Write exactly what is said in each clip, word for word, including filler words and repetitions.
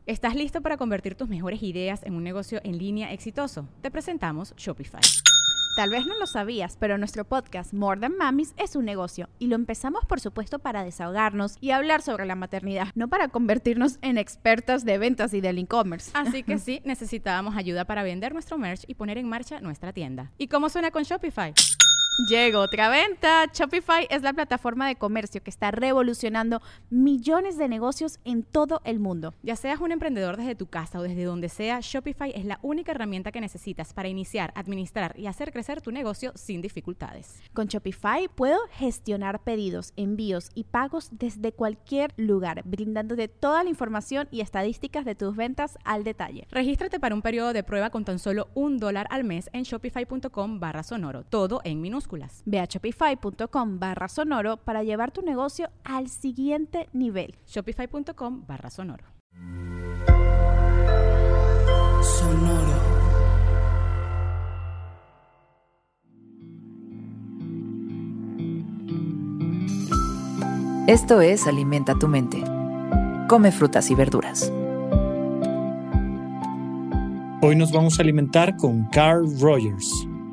¿Estás listo para convertir tus mejores ideas en un negocio en línea exitoso? Te presentamos Shopify. Tal vez no lo sabías, pero nuestro podcast More Than Mamis es un negocio y lo empezamos por supuesto para desahogarnos y hablar sobre la maternidad, no para convertirnos en expertas de ventas y del e-commerce. Así que sí, necesitábamos ayuda para vender nuestro merch y poner en marcha nuestra tienda. ¿Y cómo suena con Shopify? Llegó otra venta. Shopify es la plataforma de comercio que está revolucionando millones de negocios en todo el mundo. Ya seas un emprendedor desde tu casa o desde donde sea, Shopify es la única herramienta que necesitas para iniciar, administrar y hacer crecer tu negocio sin dificultades. Con Shopify puedo gestionar pedidos, envíos y pagos desde cualquier lugar, brindándote toda la información y estadísticas de tus ventas al detalle. Regístrate para un periodo de prueba con tan solo un dólar al mes en shopify.com barra sonoro, todo en minúsculas. Ve a shopify.com barra sonoro para llevar tu negocio al siguiente nivel. Shopify.com barra sonoro. Sonoro. Esto es Alimenta tu mente. Come frutas y verduras. Hoy nos vamos a alimentar con Carl Rogers.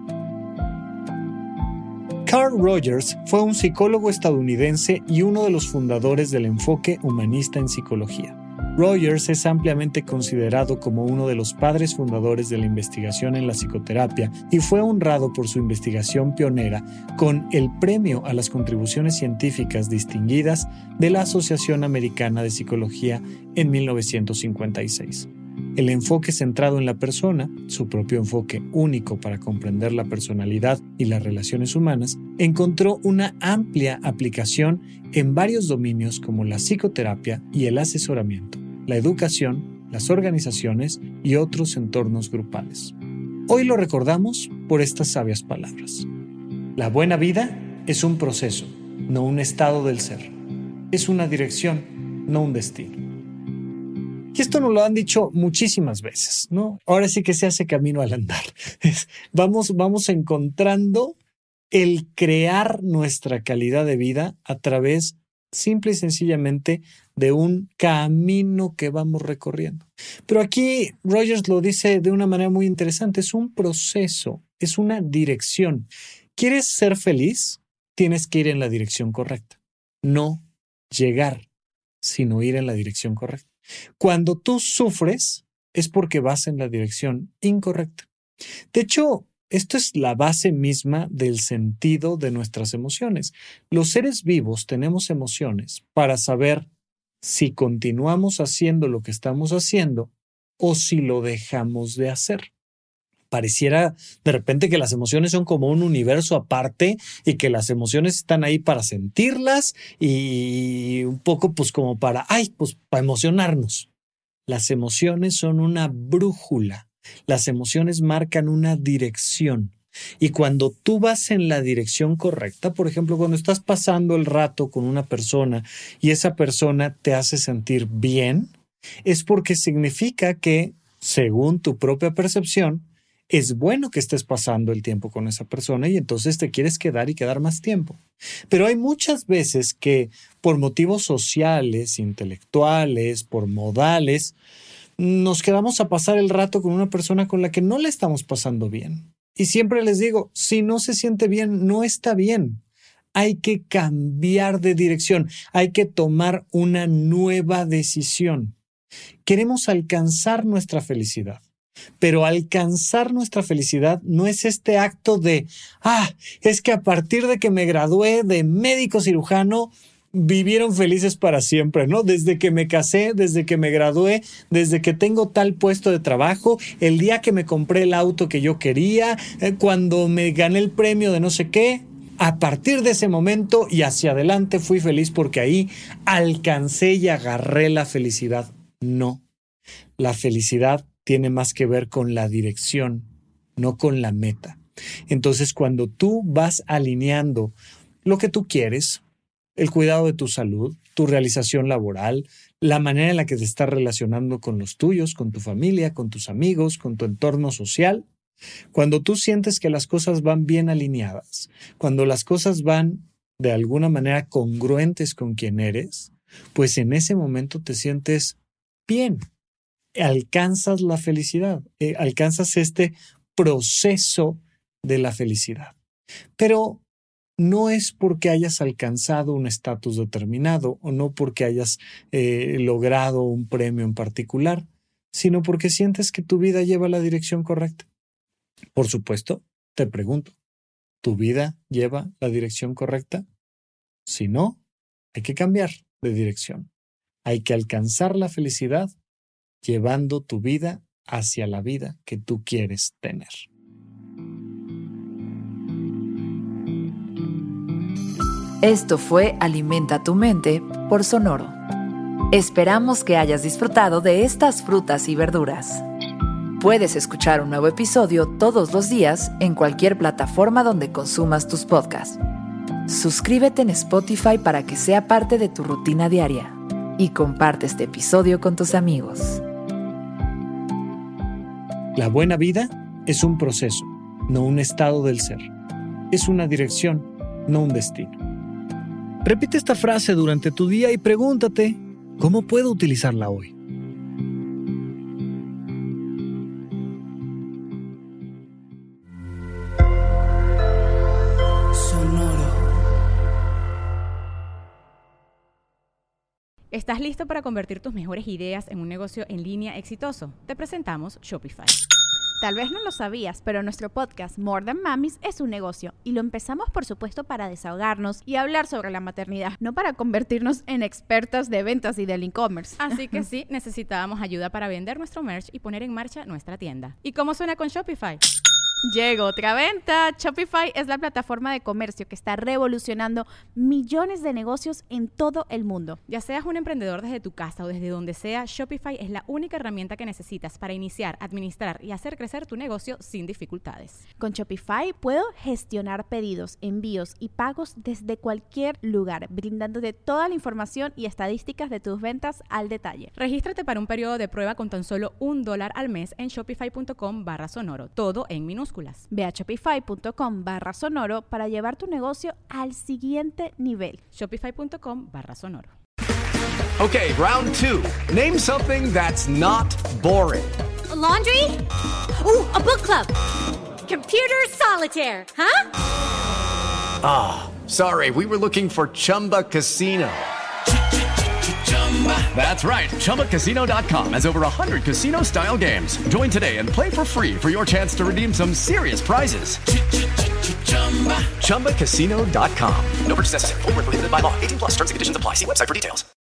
Carl Rogers fue un psicólogo estadounidense y uno de los fundadores del enfoque humanista en psicología. Rogers es ampliamente considerado como uno de los padres fundadores de la investigación en la psicoterapia y fue honrado por su investigación pionera con el Premio a las Contribuciones Científicas Distinguidas de la Asociación Americana de Psicología en mil novecientos cincuenta y seis. El enfoque centrado en la persona, su propio enfoque único para comprender la personalidad y las relaciones humanas, encontró una amplia aplicación en varios dominios como la psicoterapia y el asesoramiento, la educación, las organizaciones y otros entornos grupales. Hoy lo recordamos por estas sabias palabras. La buena vida es un proceso, no un estado del ser. Es una dirección, no un destino. Y esto nos lo han dicho muchísimas veces, ¿no? Ahora sí que se hace camino al andar. Vamos, vamos encontrando el crear nuestra calidad de vida a través, simple y sencillamente, de un camino que vamos recorriendo. Pero aquí Rogers lo dice de una manera muy interesante. Es un proceso, es una dirección. ¿Quieres ser feliz? Tienes que ir en la dirección correcta. No llegar, sino ir en la dirección correcta. Cuando tú sufres es porque vas en la dirección incorrecta. De hecho, esto es la base misma del sentido de nuestras emociones. Los seres vivos tenemos emociones para saber si continuamos haciendo lo que estamos haciendo o si lo dejamos de hacer. Pareciera de repente que las emociones son como un universo aparte y que las emociones están ahí para sentirlas y un poco pues como para, ay, pues para emocionarnos. Las emociones son una brújula. Las emociones marcan una dirección. Y cuando tú vas en la dirección correcta, por ejemplo, cuando estás pasando el rato con una persona y esa persona te hace sentir bien, es porque significa que, según tu propia percepción, es bueno que estés pasando el tiempo con esa persona y entonces te quieres quedar y quedar más tiempo. Pero hay muchas veces que por motivos sociales, intelectuales, por modales, nos quedamos a pasar el rato con una persona con la que no le estamos pasando bien. Y siempre les digo, si no se siente bien, no está bien. Hay que cambiar de dirección, hay que tomar una nueva decisión. Queremos alcanzar nuestra felicidad. Pero alcanzar nuestra felicidad no es este acto de, ah, es que a partir de que me gradué de médico cirujano, vivieron felices para siempre, ¿no? Desde que me casé, desde que me gradué, desde que tengo tal puesto de trabajo, el día que me compré el auto que yo quería, eh, cuando me gané el premio de no sé qué, a partir de ese momento y hacia adelante fui feliz porque ahí alcancé y agarré la felicidad. No, la felicidad tiene más que ver con la dirección, no con la meta. Entonces, cuando tú vas alineando lo que tú quieres, el cuidado de tu salud, tu realización laboral, la manera en la que te estás relacionando con los tuyos, con tu familia, con tus amigos, con tu entorno social, cuando tú sientes que las cosas van bien alineadas, cuando las cosas van de alguna manera congruentes con quien eres, pues en ese momento te sientes bien. alcanzas la felicidad, eh, alcanzas este proceso de la felicidad. Pero no es porque hayas alcanzado un estatus determinado o no porque hayas eh, logrado un premio en particular, sino porque sientes que tu vida lleva la dirección correcta. Por supuesto, te pregunto, ¿tu vida lleva la dirección correcta? Si no, hay que cambiar de dirección. Hay que alcanzar la felicidad llevando tu vida hacia la vida que tú quieres tener. Esto fue Alimenta tu mente por Sonoro. Esperamos que hayas disfrutado de estas frutas y verduras. Puedes escuchar un nuevo episodio todos los días en cualquier plataforma donde consumas tus podcasts. Suscríbete en Spotify para que sea parte de tu rutina diaria y comparte este episodio con tus amigos. La buena vida es un proceso, no un estado del ser. Es una dirección, no un destino. Repite esta frase durante tu día y pregúntate, ¿cómo puedo utilizarla hoy? ¿Estás listo para convertir tus mejores ideas en un negocio en línea exitoso? Te presentamos Shopify. Tal vez no lo sabías, pero nuestro podcast More Than Mamis es un negocio y lo empezamos por supuesto para desahogarnos y hablar sobre la maternidad, no para convertirnos en expertas de ventas y del e-commerce. Así que sí, necesitábamos ayuda para vender nuestro merch y poner en marcha nuestra tienda. ¿Y cómo suena con Shopify? Llegó otra venta. Shopify es la plataforma de comercio que está revolucionando millones de negocios en todo el mundo. Ya seas un emprendedor desde tu casa o desde donde sea, Shopify es la única herramienta que necesitas para iniciar, administrar y hacer crecer tu negocio sin dificultades. Con Shopify puedo gestionar pedidos, envíos y pagos desde cualquier lugar, brindándote toda la información y estadísticas de tus ventas al detalle. Regístrate para un periodo de prueba con tan solo un dólar al mes en shopify.com barra sonoro, todo en minúsculas. Ve a shopify.com barra sonoro para llevar tu negocio al siguiente nivel. Shopify.com barra sonoro. Okay, round two. Name something that's not boring. A laundry? Ooh, a book club. Computer solitaire, huh? Ah, oh, sorry, we were looking for Chumba Casino. That's right. Chumba Casino dot com has over one hundred casino-style games. Join today and play for free for your chance to redeem some serious prizes. Chumba Casino dot com. No purchase necessary. Void where prohibited by law. eighteen plus terms and conditions apply. See website for details.